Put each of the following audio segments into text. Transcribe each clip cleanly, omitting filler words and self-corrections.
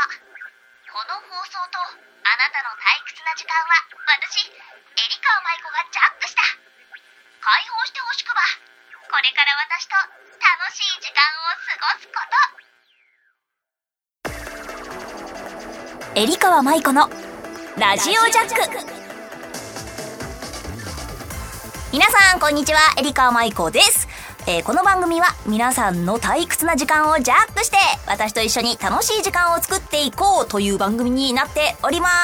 この放送とあなたの退屈な時間は私、エリカ舞子がジャックした。解放してほしくば、これから私と楽しい時間を過ごすこと。 エリカ舞子のラジオジャック。皆さんこんにちは、エリカ舞子です。この番組は皆さんの退屈な時間をジャックして私と一緒に楽しい時間を作っていこうという番組になっております。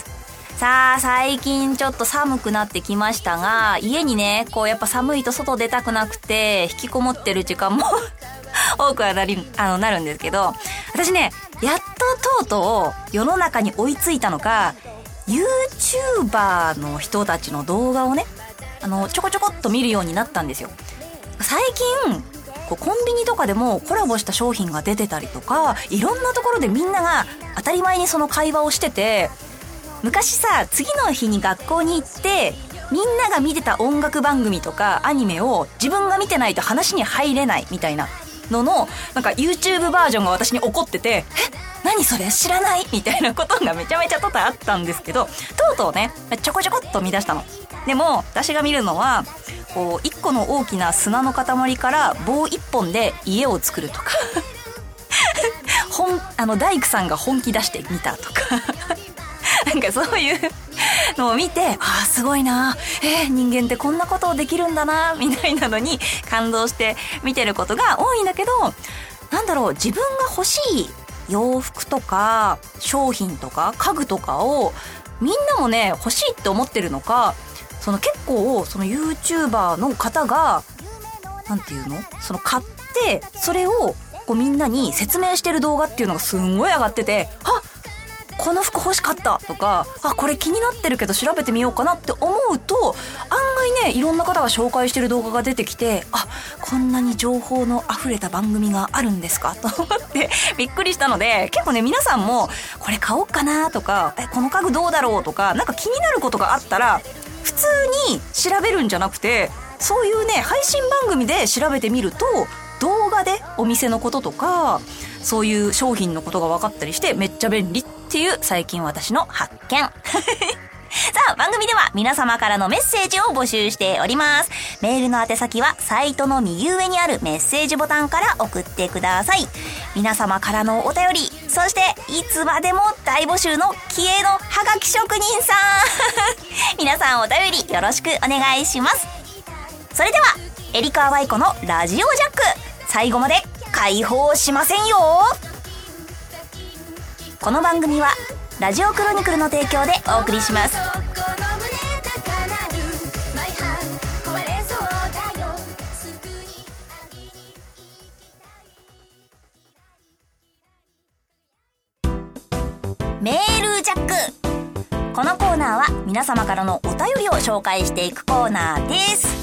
さあ最近ちょっと寒くなってきましたが、家にねこうやっぱ寒いと外出たくなくて引きこもってる時間も多くはなるんですけど、私ねやっととうとう世の中に追いついたのか YouTuber の人たちの動画をねちょこちょこっと見るようになったんですよ。最近コンビニとかでもコラボした商品が出てたりとか、いろんなところでみんなが当たり前にその会話をしてて、昔さ次の日に学校に行ってみんなが見てた音楽番組とかアニメを自分が見てないと話に入れないみたいなののなんか YouTube バージョンが私に起こってて、何それ知らないみたいなことがめちゃめちゃ多々あったんですけど、とうとうねちょこちょこっと見出したの。でも私が見るのはこう一個の大きな砂の塊から棒一本で家を作るとか大工さんが本気出してみたとかなんかそういうのを見て、すごいな、人間ってこんなことをできるんだなみたいなのに感動して見てることが多いんだけど、なんだろう、自分が欲しい洋服とか商品とか家具とかをみんなもね欲しいって思ってるのか、結構その YouTuber の方がなんていうの、買ってそれをこうみんなに説明してる動画っていうのがすんごい上がってて、この服欲しかったとか、これ気になってるけど調べてみようかなって思うと、案外ねいろんな方が紹介してる動画が出てきて、こんなに情報の溢れた番組があるんですかと思ってびっくりしたので、結構ね皆さんもこれ買おうかなとか、この家具どうだろうとか、なんか気になることがあったら普通に調べるんじゃなくて、そういうね配信番組で調べてみると動画でお店のこととかそういう商品のことが分かったりしてめっちゃ便利っていう最近私の発見さあ番組では皆様からのメッセージを募集しております。メールの宛先はサイトの右上にあるメッセージボタンから送ってください。皆様からのお便り、そしていつまでも大募集の気鋭のハガキ職人さん皆さんお便りよろしくお願いします。それではエリカ舞子のラジオジャック、最後まで解放しませんよ。この番組はラジオクロニクルの提供でお送りします。メールジャック。このコーナーは皆様からのお便りを紹介していくコーナーです。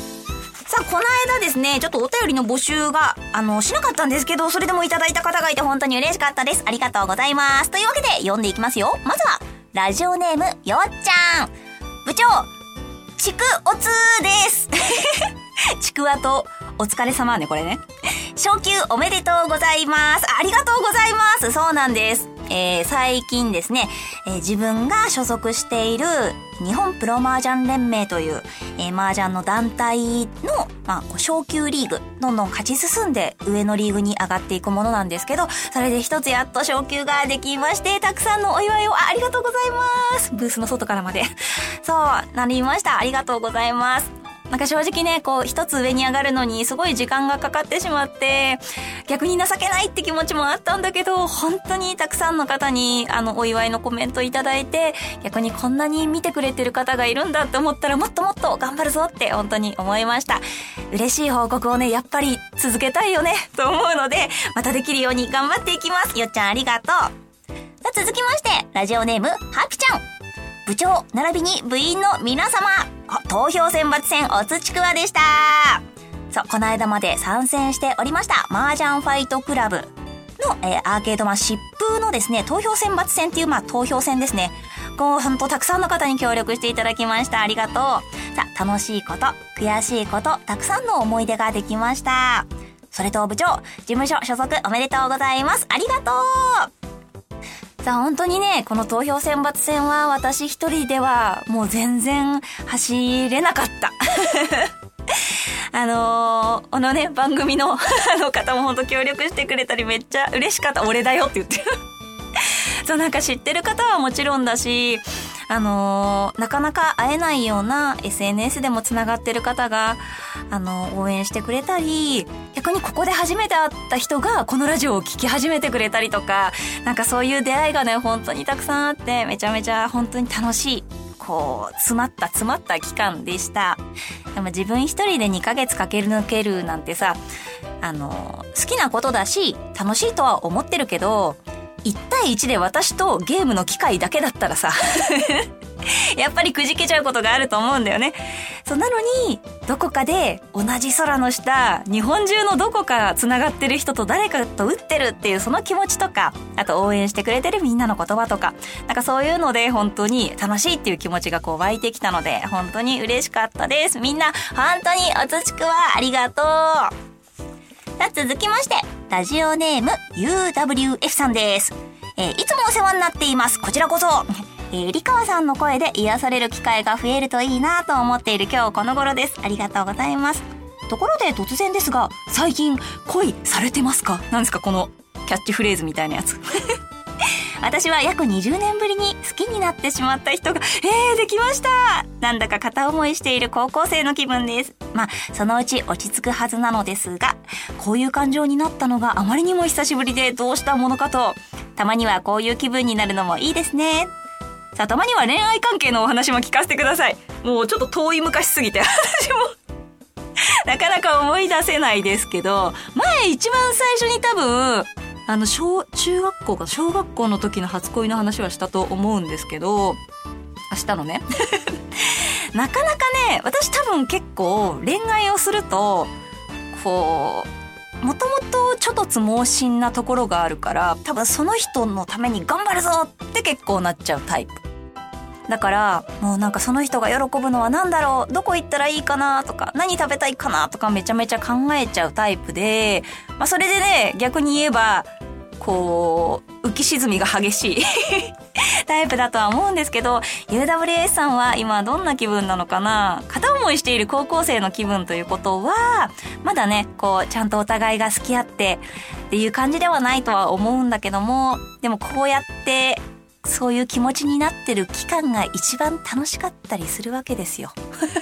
さあこの間ですねちょっとお便りの募集がしなかったんですけど、それでもいただいた方がいて本当に嬉しかったです。ありがとうございます。というわけで読んでいきますよ。まずはラジオネームよっちゃん。部長ちくおつですちくわとお疲れ様ね、これね。昇給おめでとうございます。ありがとうございます。そうなんです。最近ですね、自分が所属している日本プロ麻雀連盟という、麻雀の団体の、昇級リーグどんどん勝ち進んで上のリーグに上がっていくものなんですけど、それで一つやっと昇級ができまして、たくさんのお祝いをありがとうございます。ブースの外からまでそうなりました。ありがとうございます。なんか正直ね一つ上に上がるのにすごい時間がかかってしまって、逆に情けないって気持ちもあったんだけど、本当にたくさんの方にお祝いのコメントいただいて、逆にこんなに見てくれてる方がいるんだって思ったらもっともっと頑張るぞって本当に思いました。嬉しい報告をねやっぱり続けたいよねと思うので、またできるように頑張っていきます。よっちゃんありがとう。続きましてラジオネームハピちゃん。部長並びに部員の皆様、投票選抜戦おつちくわでした。そうこの間まで参戦しておりました麻雀ファイトクラブの、アーケード疾風のですね投票選抜戦っていう投票戦ですね。ほんとたくさんの方に協力していただきました。ありがとう。さあ楽しいこと悔しいことたくさんの思い出ができました。それと部長事務所所属おめでとうございます。ありがとう。 さあ本当にね、この投票選抜戦は私一人ではもう全然走れなかった。このね、番組の方も本当協力してくれたりめっちゃ嬉しかった。俺だよって言ってる。そう、なんか知ってる方はもちろんだし、なかなか会えないような SNS でもつながってる方が、応援してくれたり、逆にここで初めて会った人がこのラジオを聞き始めてくれたりとか、なんかそういう出会いがね、本当にたくさんあって、めちゃめちゃ本当に楽しい、こう、詰まった期間でした。でも自分一人で2ヶ月駆け抜けるなんてさ、好きなことだし、楽しいとは思ってるけど、1対1で私とゲームの機会だけだったらさやっぱりくじけちゃうことがあると思うんだよね。そうなのにどこかで同じ空の下、日本中のどこかつながってる人と誰かと打ってるっていうその気持ちとか、あと応援してくれてるみんなの言葉とか、なんかそういうので本当に楽しいっていう気持ちがこう湧いてきたので、本当に嬉しかったです。みんな本当におつちくわありがとう。さあ続きまして、ラジオネーム UWF さんです。いつもお世話になっています。こちらこそ。リカワさんの声で癒される機会が増えるといいなと思っている今日この頃です。ありがとうございます。ところで突然ですが、最近恋されてますか？なんですかこのキャッチフレーズみたいなやつ。私は約20年ぶりに好きになってしまった人が、できました。なんだか片思いしている高校生の気分です。まあ、そのうち落ち着くはずなのですが、こういう感情になったのがあまりにも久しぶりでどうしたものかと、たまにはこういう気分になるのもいいですね。さあ、たまには恋愛関係のお話も聞かせてください。もうちょっと遠い昔すぎて、私もなかなか思い出せないですけど、前一番最初に多分、小学校の時の初恋の話はしたと思うんですけど、したのね。なかなかね、私多分結構恋愛をすると、こう、もともとちょっとつ盲信なところがあるから、多分その人のために頑張るぞって結構なっちゃうタイプ。だから、もうなんかその人が喜ぶのは何だろう、どこ行ったらいいかなとか、何食べたいかなとかめちゃめちゃ考えちゃうタイプで、まあそれでね、逆に言えば、こう、浮き沈みが激しいタイプだとは思うんですけど、UWS さんは今どんな気分なのかな？片思いしている高校生の気分ということは、まだね、こう、ちゃんとお互いが好き合ってっていう感じではないとは思うんだけども、でもこうやって、そういう気持ちになってる期間が一番楽しかったりするわけですよ。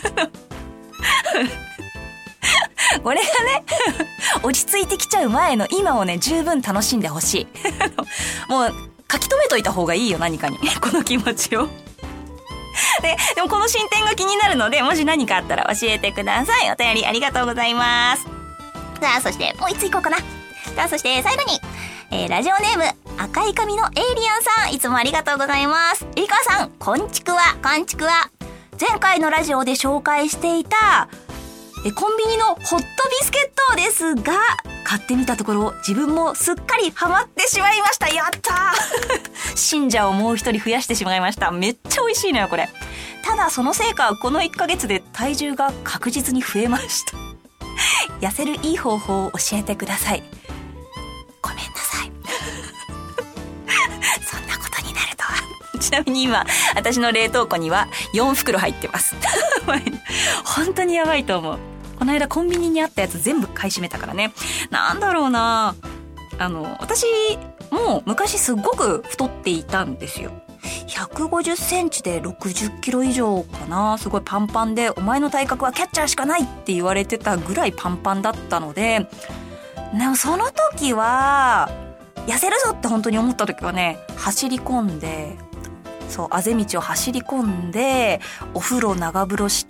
これがね、落ち着いてきちゃう前の今をね、十分楽しんでほしい。もう書き留めといた方がいいよ、何かに。この気持ちを。でもこの進展が気になるので、もし何かあったら教えてください。お便りありがとうございます。さあ、そしてもう一ついこうかな。さあ、そして最後に、ラジオネーム赤い髪のエイリアンさん、いつもありがとうございます。エリカさん、こんちくわ。前回のラジオで紹介していたコンビニのホットビスケットですが、買ってみたところ自分もすっかりハマってしまいました。やったー信者をもう一人増やしてしまいました。めっちゃ美味しいのよこれ。ただそのせいか、この1ヶ月で体重が確実に増えました。痩せるいい方法を教えてください。ごめんなさい。そんなことになるとは。ちなみに今私の冷凍庫には4袋入ってます。本当にやばいと思う。この間コンビニにあったやつ全部買い占めたからね。なんだろうな、私も昔すっごく太っていたんですよ。150センチで60キロ以上かな。すごいパンパンで、お前の体格はキャッチャーしかないって言われてたぐらいパンパンだったので、でもその時は痩せるぞって本当に思った時はね、走り込んで、そう、あぜ道を走り込んで、お風呂長風呂して、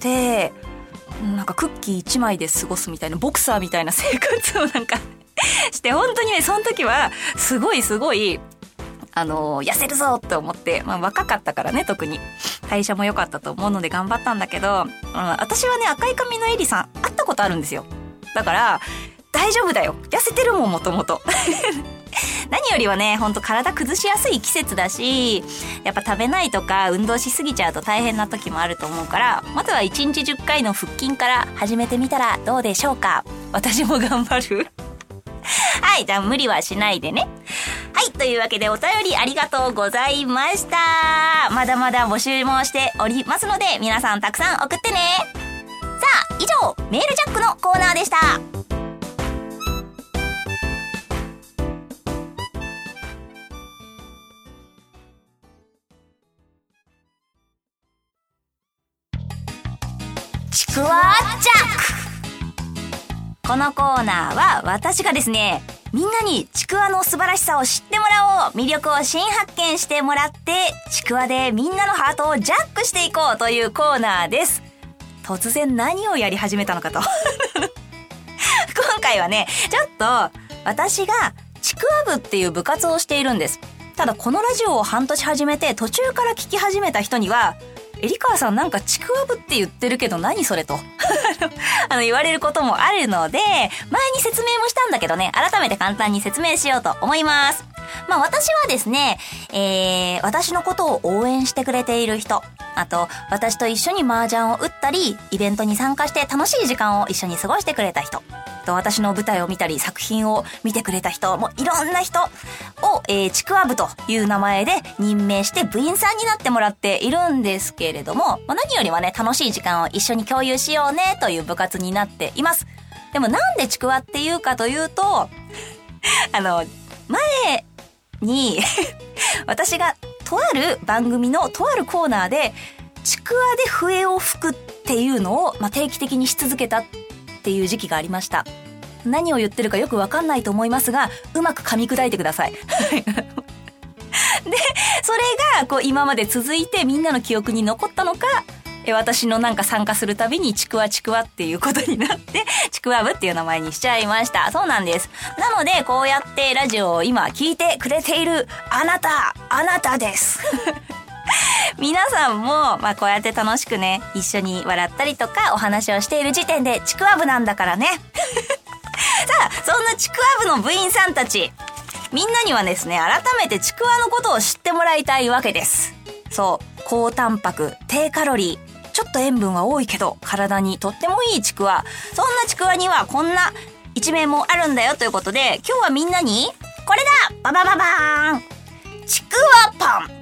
なんかクッキー1枚で過ごすみたいな、ボクサーみたいな生活をなんかして、本当にね、その時はすごい痩せるぞって思って、まあ若かったからね、特に代謝も良かったと思うので頑張ったんだけど、私はね、赤い髪のエリさん会ったことあるんですよ。だから大丈夫だよ、痩せてるもん、もともと。何よりはね、ほんと体崩しやすい季節だし、やっぱ食べないとか運動しすぎちゃうと大変な時もあると思うから、まずは1日10回の腹筋から始めてみたらどうでしょうか。私も頑張る。はい、じゃあ無理はしないでね。ははい、というわけでお便りありがとうございました。まだまだ募集もしておりますので、皆さんたくさん送ってね。さあ、以上、メールジャックのコーナーでした。ちくわジャック。このコーナーは私がですね、みんなにちくわの素晴らしさを知ってもらおう、魅力を新発見してもらって、ちくわでみんなのハートをジャックしていこうというコーナーです。突然何をやり始めたのかと。今回はね、ちょっと私がちくわ部っていう部活をしているんです。ただこのラジオを半年始めて途中から聞き始めた人には、エリカワさんなんかちくわ部って言ってるけど何それと言われることもあるので、前に説明もしたんだけどね、改めて簡単に説明しようと思います。まあ私はですね、私のことを応援してくれている人、あと私と一緒に麻雀を打ったり、イベントに参加して楽しい時間を一緒に過ごしてくれた人、と私の舞台を見たり作品を見てくれた人、もういろんな人を、ちくわ部という名前で任命して部員さんになってもらっているんですけれども、何よりはね、楽しい時間を一緒に共有しようねという部活になっています。でもなんでちくわっていうかというと前に私がとある番組のとあるコーナーでちくわで笛を吹くっていうのを、定期的にし続けたっていう時期がありました。何を言ってるかよくわかんないと思いますが、うまく噛み砕いてください。で、それが今まで続いてみんなの記憶に残ったのか、私の参加するたびにちくわちくわっていうことになってちくわ部っていう名前にしちゃいました。そうなんです。なのでこうやってラジオを今聞いてくれているあなたです皆さんもこうやって楽しくね、一緒に笑ったりとかお話をしている時点でちくわ部なんだからねさあ、そんなちくわ部の部員さんたち、みんなにはですね、改めてちくわのことを知ってもらいたいわけです。そう、高タンパク、低カロリー、ちょっと塩分は多いけど体にとってもいいちくわ。そんなちくわにはこんな一面もあるんだよということで、今日はみんなにこれだ、ババババーン、ちくわパン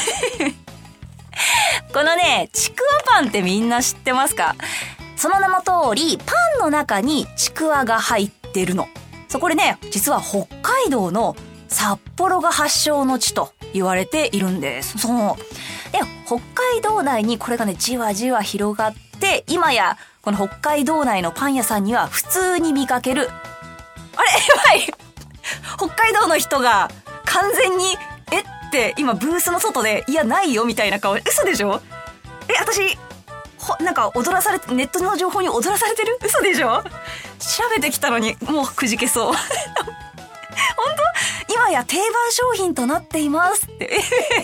このね、ちくわパンってみんな知ってますか？その名の通り、パンの中にちくわが入ってるの。これね、実は北海道の札幌が発祥の地と言われているんです。そう。で、北海道内にこれがね、じわじわ広がって、今やこの北海道内のパン屋さんには普通に見かける。あれ、やばい北海道の人が完全に、って今ブースの外で、いやないよみたいな顔。嘘でしょ？私、踊らされて、ネットの情報に踊らされてる？嘘でしょ？調べてきたのにもうくじけそう本当？今や定番商品となっていますって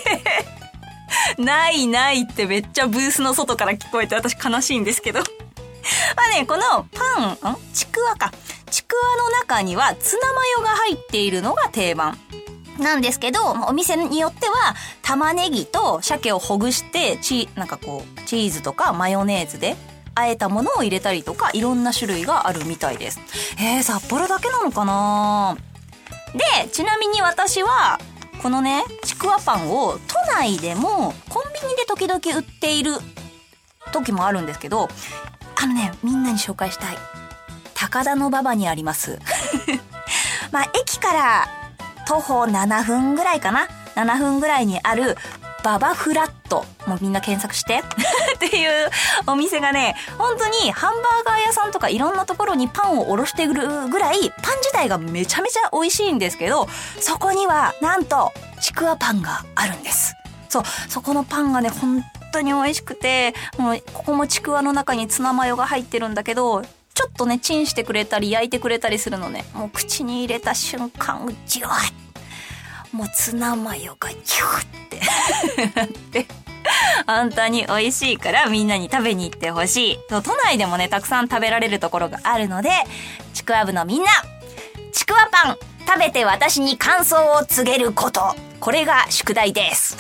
ないってめっちゃブースの外から聞こえて、私悲しいんですけどこのちくわか。ちくわの中にはツナマヨが入っているのが定番なんですけど、お店によっては玉ねぎと鮭をほぐしてチーズとかマヨネーズで和えたものを入れたりとか、いろんな種類があるみたいです。札幌だけなのかな？で、ちなみに私はこのね、ちくわパンを都内でもコンビニで時々売っている時もあるんですけど、みんなに紹介したい高田馬場にあります駅から徒歩7分ぐらいかな、7分ぐらいにあるババフラット、もうみんな検索してっていうお店がね、本当にハンバーガー屋さんとかいろんなところにパンをおろしてくるぐらい、パン自体がめちゃめちゃ美味しいんですけど、そこにはなんとちくわパンがあるんです。そこのパンがね、本当に美味しくて、もうここもちくわの中にツナマヨが入ってるんだけど、ちょっとね、チンしてくれたり焼いてくれたりするのね、もう口に入れた瞬間、ジュワッ、もうツナマヨがギューってなって本当に美味しいからみんなに食べに行ってほしい。都内でもね、たくさん食べられるところがあるので、ちくわ部のみんな、ちくわパン食べて私に感想を告げること、これが宿題です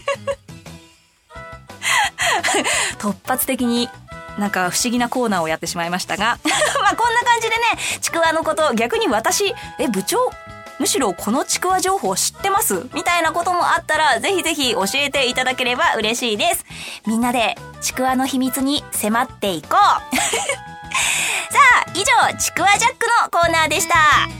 突発的に不思議なコーナーをやってしまいましたがこんな感じでね、ちくわのこと、逆に私部長むしろこのちくわ情報知ってますみたいなこともあったら、ぜひぜひ教えていただければ嬉しいです。みんなでちくわの秘密に迫っていこうさあ、以上ちくわジャックのコーナーでした。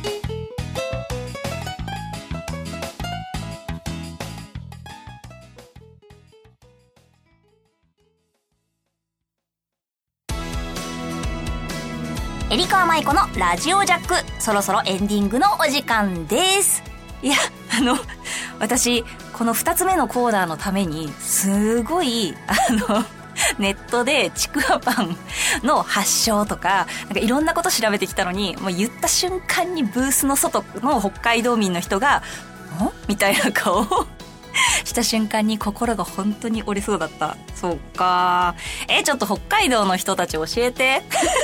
エリカーマイコのラジオジャック、そろそろエンディングのお時間です。いや、私この2つ目のコーナーのためにすごいネットでちくわパンの発祥とかなんかいろんなこと調べてきたのに、もう言った瞬間にブースの外の北海道民の人がんみたいな顔をした瞬間に心が本当に折れそうだった。そうか。ちょっと北海道の人たち教えて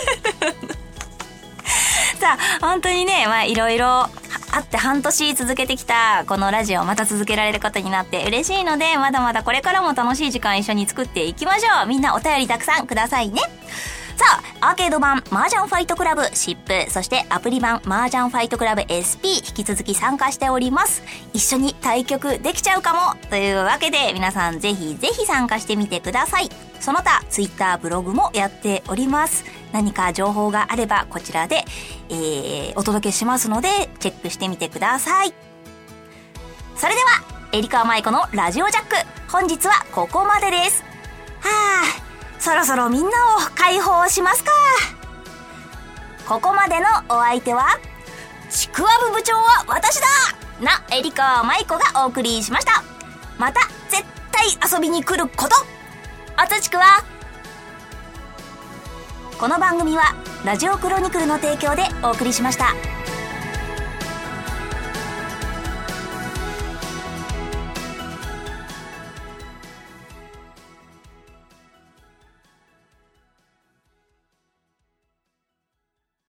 さあ、本当にね、いろいろあって半年続けてきたこのラジオをまた続けられることになって嬉しいので、まだまだこれからも楽しい時間一緒に作っていきましょう。みんなお便りたくさんくださいね。さあ、アーケード版麻雀ファイトクラブシップ、そしてアプリ版麻雀ファイトクラブ SP 引き続き参加しております。一緒に対局できちゃうかもというわけで、皆さんぜひぜひ参加してみてください。その他ツイッターブログもやっております。何か情報があればこちらで、お届けしますのでチェックしてみてください。それではエリカマイコのラジオジャック、本日はここまでです。そろそろみんなを解放しますか。ここまでのお相手は、ちくわぶ部長は私だなエリカマイコがお送りしました。また絶対遊びに来ること、おつちくわ。この番組はラジオクロニクルの提供でお送りしました。